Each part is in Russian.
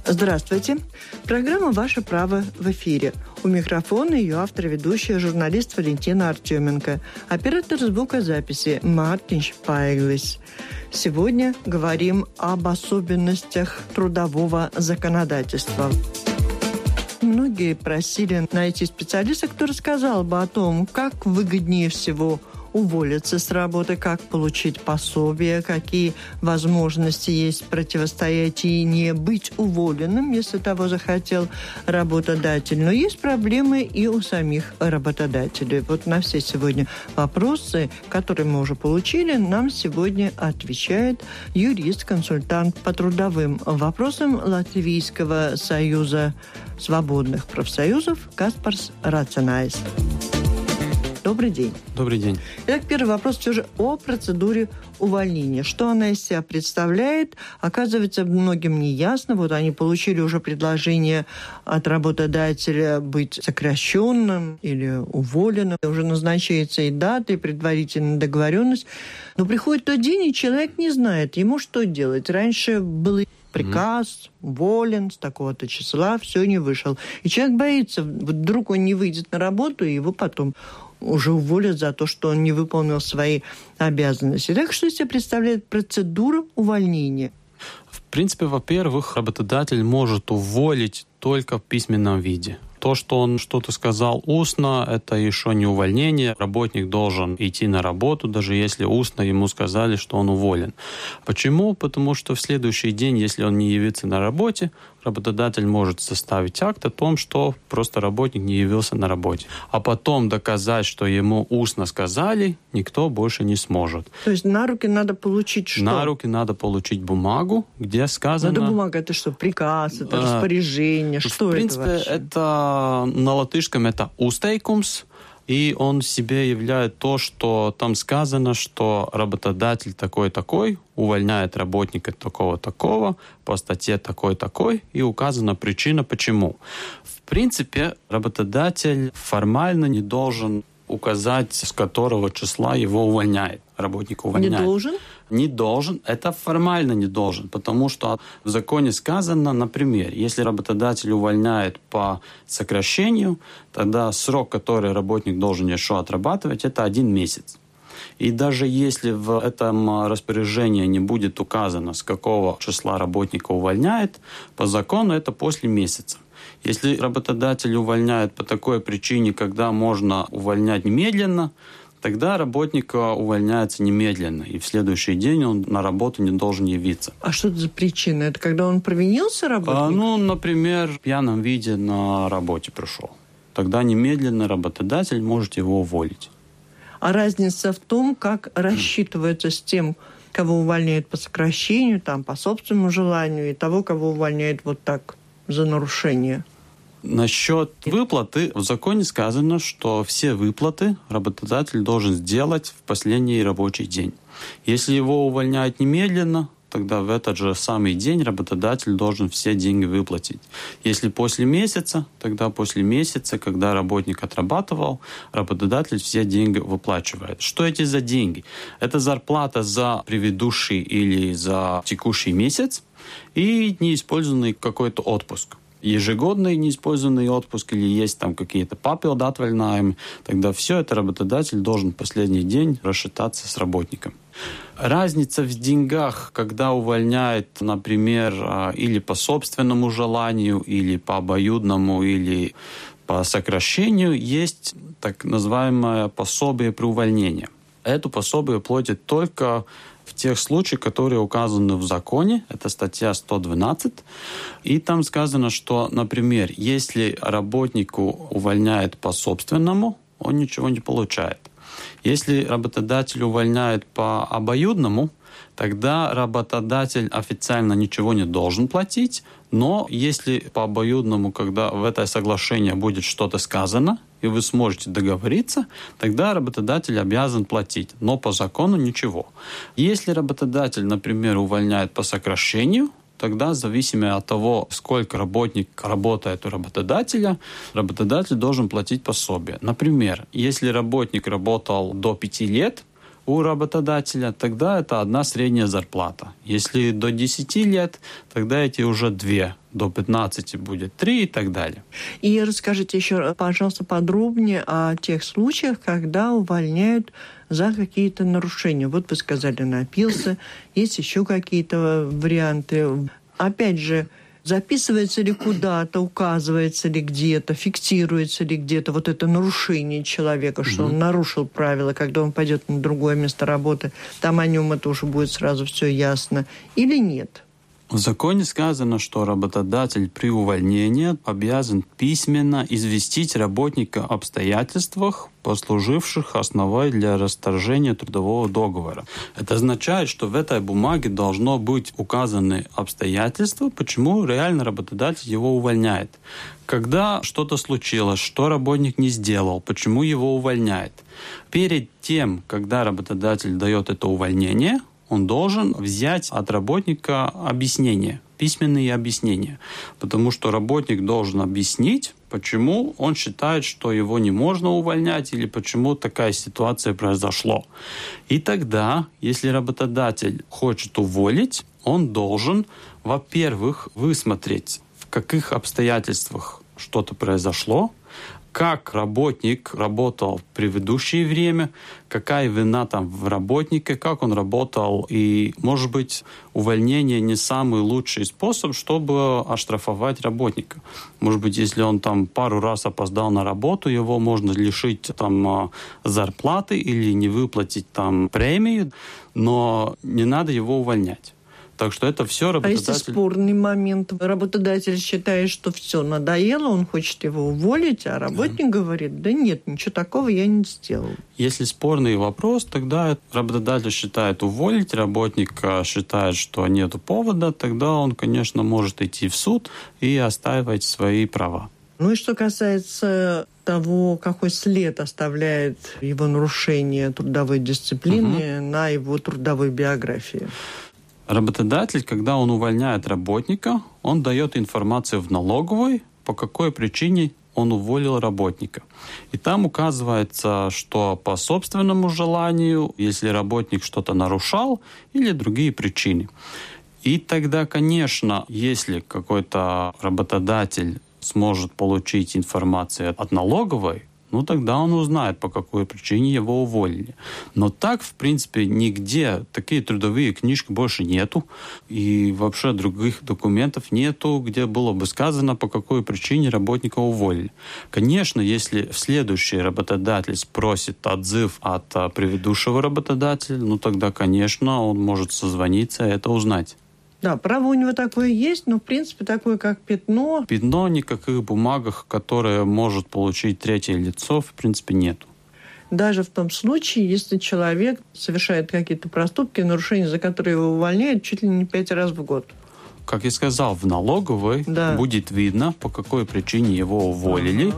Здравствуйте. Программа «Ваше право» в эфире. У микрофона ее автор, ведущая, журналист Валентина Артеменко. Оператор звукозаписи Мартин Шпайглис. Сегодня говорим об особенностях трудового законодательства. Многие просили найти специалиста, кто рассказал бы о том, как выгоднее всего уволиться с работы, как получить пособие, какие возможности есть противостоять и не быть уволенным, если того захотел работодатель. Но есть проблемы и у самих работодателей. Вот на все сегодня вопросы, которые мы уже получили, нам сегодня отвечает юрист-консультант по трудовым вопросам Латвийского союза свободных профсоюзов Каспарс Рацинājs. Добрый день. Добрый день. Итак, первый вопрос все же о процедуре увольнения. Что она из себя представляет? Оказывается, многим не ясно. Вот они получили уже предложение от работодателя быть сокращенным или уволенным. Уже назначается и дата, и предварительная договоренность. Но приходит тот день, и человек не знает, ему что делать. Раньше был приказ, уволен с такого-то числа, все, не вышел. И человек боится, вдруг он не выйдет на работу, и его потом уже уволят за то, что он не выполнил свои обязанности. Так что из себя представляет процедура увольнения? В принципе, во-первых, работодатель может уволить только в письменном виде. То, что он что-то сказал устно, это еще не увольнение. Работник должен идти на работу, даже если устно ему сказали, что он уволен. Почему? Потому что в следующий день, если он не явится на работе, работодатель может составить акт о том, что просто работник не явился на работе. А потом доказать, что ему устно сказали, никто больше не сможет. То есть на руки надо получить что? На руки надо получить бумагу, где сказано... Это бумага, это что, приказ, это распоряжение, что это вообще? В принципе, это на латышском это uzteikums, и он в себе являет то, что там сказано, что работодатель такой-такой увольняет работника такого-такого по статье такой-такой, и указана причина, почему. В принципе, работодатель формально не должен указать, с которого числа его увольняет, работника увольняет. Не должен? Не должен, это формально не должен, потому что в законе сказано, например, если работодатель увольняет по сокращению, тогда срок, который работник должен еще отрабатывать, это 1 месяц. И даже если в этом распоряжении не будет указано, с какого числа работника увольняет, по закону это после месяца. Если работодатель увольняет по такой причине, когда можно увольнять немедленно, тогда работник увольняется немедленно, и в следующий день он на работу не должен явиться. А что это за причина? Это когда он провинился, работник? Например, в пьяном виде на работе пришел. Тогда немедленно работодатель может его уволить. А разница в том, как рассчитывается с тем, кого увольняют по сокращению, там, по собственному желанию, и того, кого увольняют вот так за нарушение? Насчет выплаты в законе сказано, что все выплаты работодатель должен сделать в последний рабочий день. Если его увольняют немедленно, тогда в этот же самый день работодатель должен все деньги выплатить. Если после месяца, тогда после месяца, когда работник отрабатывал, работодатель все деньги выплачивает. Что эти за деньги? Это зарплата за предыдущий или за текущий месяц и неиспользованный какой-то отпуск. Ежегодный неиспользованный отпуск или есть там какие-то papildu atvaļinājumi, тогда все это работодатель должен в последний день рассчитаться с работником. Разница в деньгах, когда увольняет, например, или по собственному желанию, или по обоюдному, или по сокращению, есть так называемое пособие при увольнении. Это пособие платит только в тех случаях, которые указаны в законе, это статья 112, и там сказано, что, например, если работнику увольняют по собственному, он ничего не получает. Если работодатель увольняет по обоюдному, тогда работодатель официально ничего не должен платить, но если по обоюдному, когда в это соглашение будет что-то сказано, и вы сможете договориться, тогда работодатель обязан платить, но по закону ничего. Если работодатель, например, увольняет по сокращению, тогда, зависимо от того, сколько работник работает у работодателя, работодатель должен платить пособие. Например, если работник работал до 5 лет у работодателя, тогда это одна средняя зарплата. Если до 10 лет, тогда эти уже две до 15 будет 3 и так далее. И расскажите еще, пожалуйста, подробнее о тех случаях, когда увольняют за какие-то нарушения. Вот вы сказали, напился, есть еще какие-то варианты. Опять же, записывается ли куда-то, указывается ли где-то, фиксируется ли где-то вот это нарушение человека, что он нарушил правила, когда он пойдет на другое место работы, там о нем это уже будет сразу все ясно, или нет? В законе сказано, что работодатель при увольнении обязан письменно известить работника об обстоятельствах, послуживших основой для расторжения трудового договора. Это означает, что в этой бумаге должно быть указаны обстоятельства, почему реально работодатель его увольняет. Когда что-то случилось, что работник не сделал, почему его увольняет. Перед тем, когда работодатель дает это увольнение, он должен взять от работника объяснение, письменные объяснения. Потому что работник должен объяснить, почему он считает, что его не можно увольнять или почему такая ситуация произошла. И тогда, если работодатель хочет уволить, он должен, во-первых, высмотреть, в каких обстоятельствах что-то произошло, как работник работал в предыдущее время, какая вина там в работнике, как он работал. И, может быть, увольнение не самый лучший способ, чтобы оштрафовать работника. Может быть, если он там пару раз опоздал на работу, его можно лишить там зарплаты или не выплатить там премию, но не надо его увольнять. Так что это все работодатель... А если спорный момент, работодатель считает, что все надоело, он хочет его уволить, а работник говорит, да нет, ничего такого я не сделал. Если спорный вопрос, тогда работодатель считает уволить, работник считает, что нет повода, тогда он, конечно, может идти в суд и отстаивать свои права. Ну и что касается того, какой след оставляет его нарушение трудовой дисциплины на его трудовой биографии. Работодатель, когда он увольняет работника, он дает информацию в налоговой, по какой причине он уволил работника. И там указывается, что по собственному желанию, если работник что-то нарушал, или другие причины. И тогда, конечно, если какой-то работодатель сможет получить информацию от налоговой, ну тогда он узнает, по какой причине его уволили. Но так, в принципе, нигде такие трудовые книжки больше нету. И вообще других документов нету, где было бы сказано, по какой причине работника уволили. Конечно, если следующий работодатель спросит отзыв от предыдущего работодателя, ну тогда, конечно, он может созвониться и это узнать. Да, право у него такое есть, но, в принципе, такое, как пятно. Пятно никаких бумагах, которые может получить третье лицо, в принципе, нету. Даже в том случае, если человек совершает какие-то проступки, нарушения, за которые его увольняют чуть ли не 5 раз в год. Как я сказал, в налоговой будет видно, по какой причине его уволили.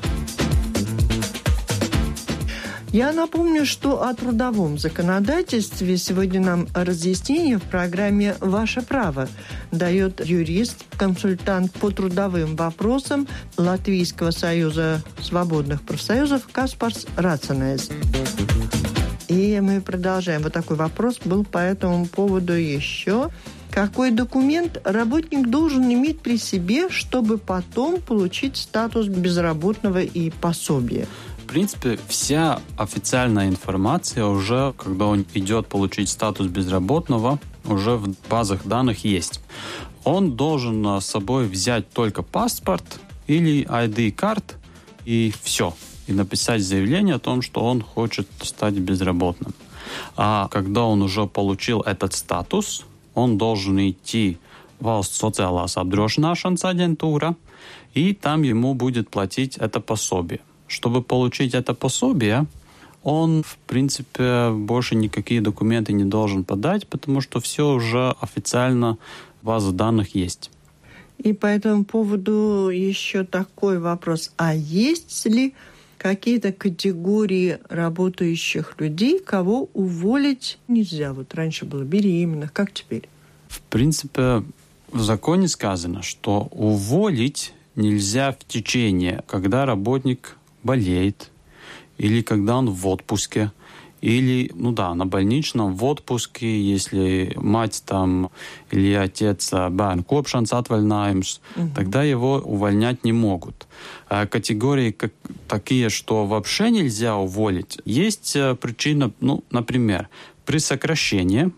Я напомню, что о трудовом законодательстве сегодня нам разъяснение в программе «Ваше право» дает юрист, консультант по трудовым вопросам Латвийского союза свободных профсоюзов Каспарс Рацинайс. И мы продолжаем. Вот такой вопрос был по этому поводу еще. Какой документ работник должен иметь при себе, чтобы потом получить статус безработного и пособие? В принципе, вся официальная информация уже, когда он идет получить статус безработного, уже в базах данных есть. Он должен с собой взять только паспорт или ID-карт и все. И написать заявление о том, что он хочет стать безработным. А когда он уже получил этот статус, он должен идти в Valsts sociālās apdrošināšanas агентура, и там ему будет платить это пособие. Чтобы получить это пособие, он, в принципе, больше никакие документы не должен подать, потому что все уже официально в базе данных есть. И по этому поводу еще такой вопрос. А есть ли какие-то категории работающих людей, кого уволить нельзя? Вот раньше было беременных, как теперь? В принципе, в законе сказано, что уволить нельзя в течение, когда работник болеет, или когда он в отпуске, Или, на больничном, в отпуске, если мать там или отец bērnu kopšanas atvaļinājums, тогда его увольнять не могут. А категории такие, что вообще нельзя уволить, есть причина, например, при сокращении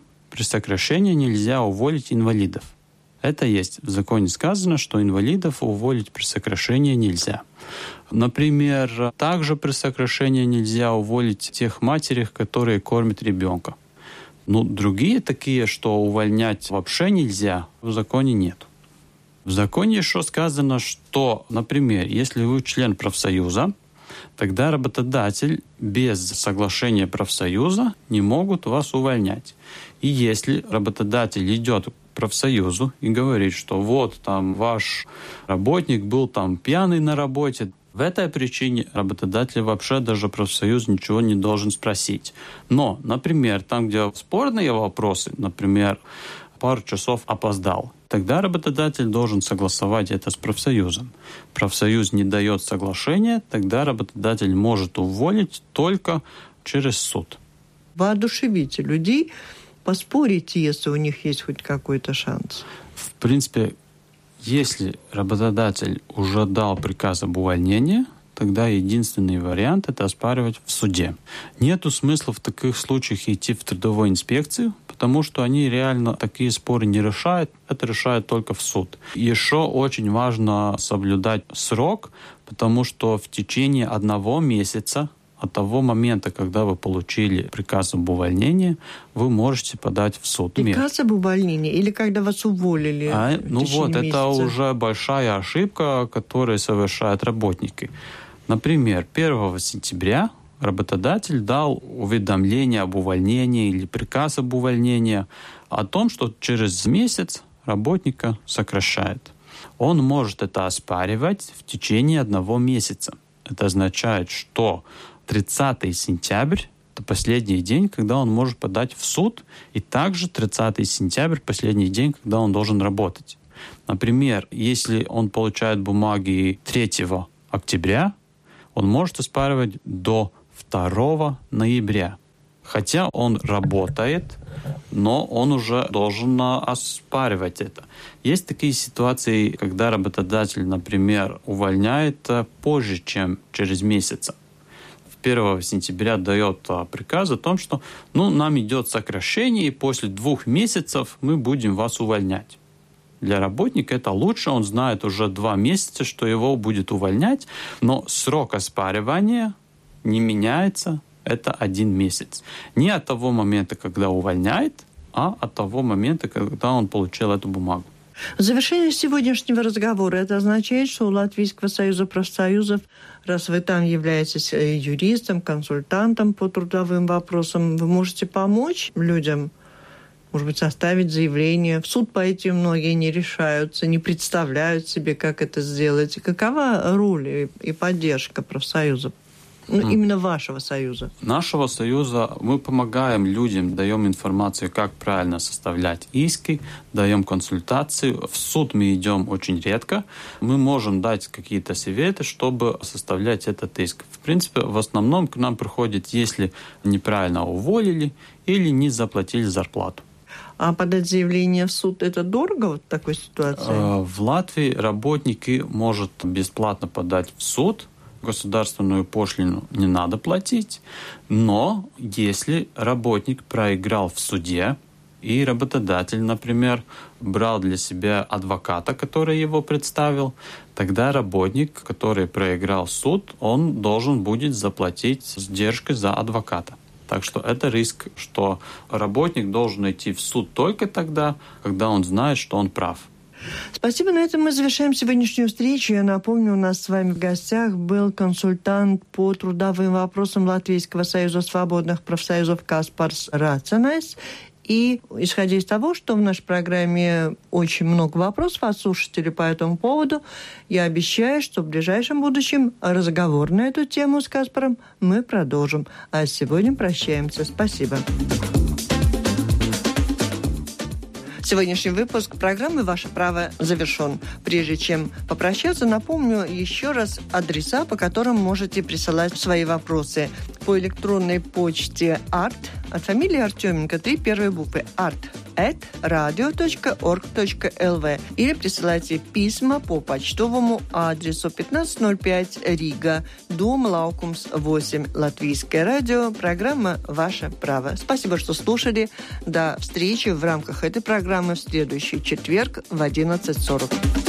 нельзя уволить инвалидов. Это есть. В законе сказано, что инвалидов уволить при сокращении нельзя. Например, также при сокращении нельзя уволить тех матерей, которые кормят ребенка. Другие такие, что увольнять вообще нельзя, в законе нет. В законе еще сказано, что, например, если вы член профсоюза, тогда работодатель без соглашения профсоюза не могут вас увольнять. И если работодатель идет к профсоюзу и говорит, что вот там ваш работник был там пьяный на работе, в этой причине работодатель вообще даже профсоюз ничего не должен спросить. Но, например, там, где спорные вопросы, например, пару часов опоздал, тогда работодатель должен согласовать это с профсоюзом. Профсоюз не дает соглашения, тогда работодатель может уволить только через суд. Воодушевите людей, поспорите, если у них есть хоть какой-то шанс. В принципе, если работодатель уже дал приказ об увольнении, тогда единственный вариант – это оспаривать в суде. Нету смысла в таких случаях идти в трудовую инспекцию, потому что они реально такие споры не решают, это решают только в суд. Еще очень важно соблюдать срок, потому что в течение 1 месяца от того момента, когда вы получили приказ об увольнении, вы можете подать в суд. Приказ об увольнении или когда вас уволили? Это уже большая ошибка, которую совершают работники. Например, 1 сентября работодатель дал уведомление об увольнении или приказ об увольнении о том, что через месяц работника сокращает. Он может это оспаривать в течение 1 месяца. Это означает, что 30 сентября – это последний день, когда он может подать в суд, и также 30 сентября – последний день, когда он должен работать. Например, если он получает бумаги 3 октября, он может оспаривать до 2 ноября. Хотя он работает, но он уже должен оспаривать это. Есть такие ситуации, когда работодатель, например, увольняет позже, чем через месяц. 1 сентября дает приказ о том, что нам идет сокращение, и после 2 месяцев мы будем вас увольнять. Для работника это лучше, он знает уже 2 месяца, что его будет увольнять, но срок оспаривания не меняется, это 1 месяц. Не от того момента, когда увольняет, а от того момента, когда он получил эту бумагу. В завершение сегодняшнего разговора это означает, что у Латвийского союза профсоюзов, раз вы там являетесь юристом, консультантом по трудовым вопросам, вы можете помочь людям, может быть, составить заявление. В суд пойти многие не решаются, не представляют себе, как это сделать. Какова роль и поддержка профсоюзов? Именно вашего союза. Нашего союза мы помогаем людям, даем информацию, как правильно составлять иски, даем консультацию. В суд мы идем очень редко. Мы можем дать какие-то советы, чтобы составлять этот иск. В принципе, в основном к нам приходят, если неправильно уволили или не заплатили зарплату. А подать заявление в суд – это дорого в такой ситуации? В Латвии работники могут бесплатно подать в суд. Государственную пошлину не надо платить, но если работник проиграл в суде, и работодатель, например, брал для себя адвоката, который его представил, тогда работник, который проиграл суд, он должен будет заплатить сдержки за адвоката. Так что это риск, что работник должен идти в суд только тогда, когда он знает, что он прав. Спасибо. На этом мы завершаем сегодняшнюю встречу. Я напомню, у нас с вами в гостях был консультант по трудовым вопросам Латвийского союза свободных профсоюзов Каспарс Раценайс. И исходя из того, что в нашей программе очень много вопросов от слушателей по этому поводу, я обещаю, что в ближайшем будущем разговор на эту тему с Каспаром мы продолжим. А сегодня прощаемся. Спасибо. Сегодняшний выпуск программы «Ваше право» завершен. Прежде чем попрощаться, напомню еще раз адреса, по которым можете присылать свои вопросы. По электронной почте art от фамилии Артеменко 3 первые буквы art@radio.org.lv или присылайте письма по почтовому адресу 1505 Рига, дом Лаукумс 8, Латвийское радио, программа «Ваше право». Спасибо, что слушали. До встречи в рамках этой программы в следующий четверг в 11:40.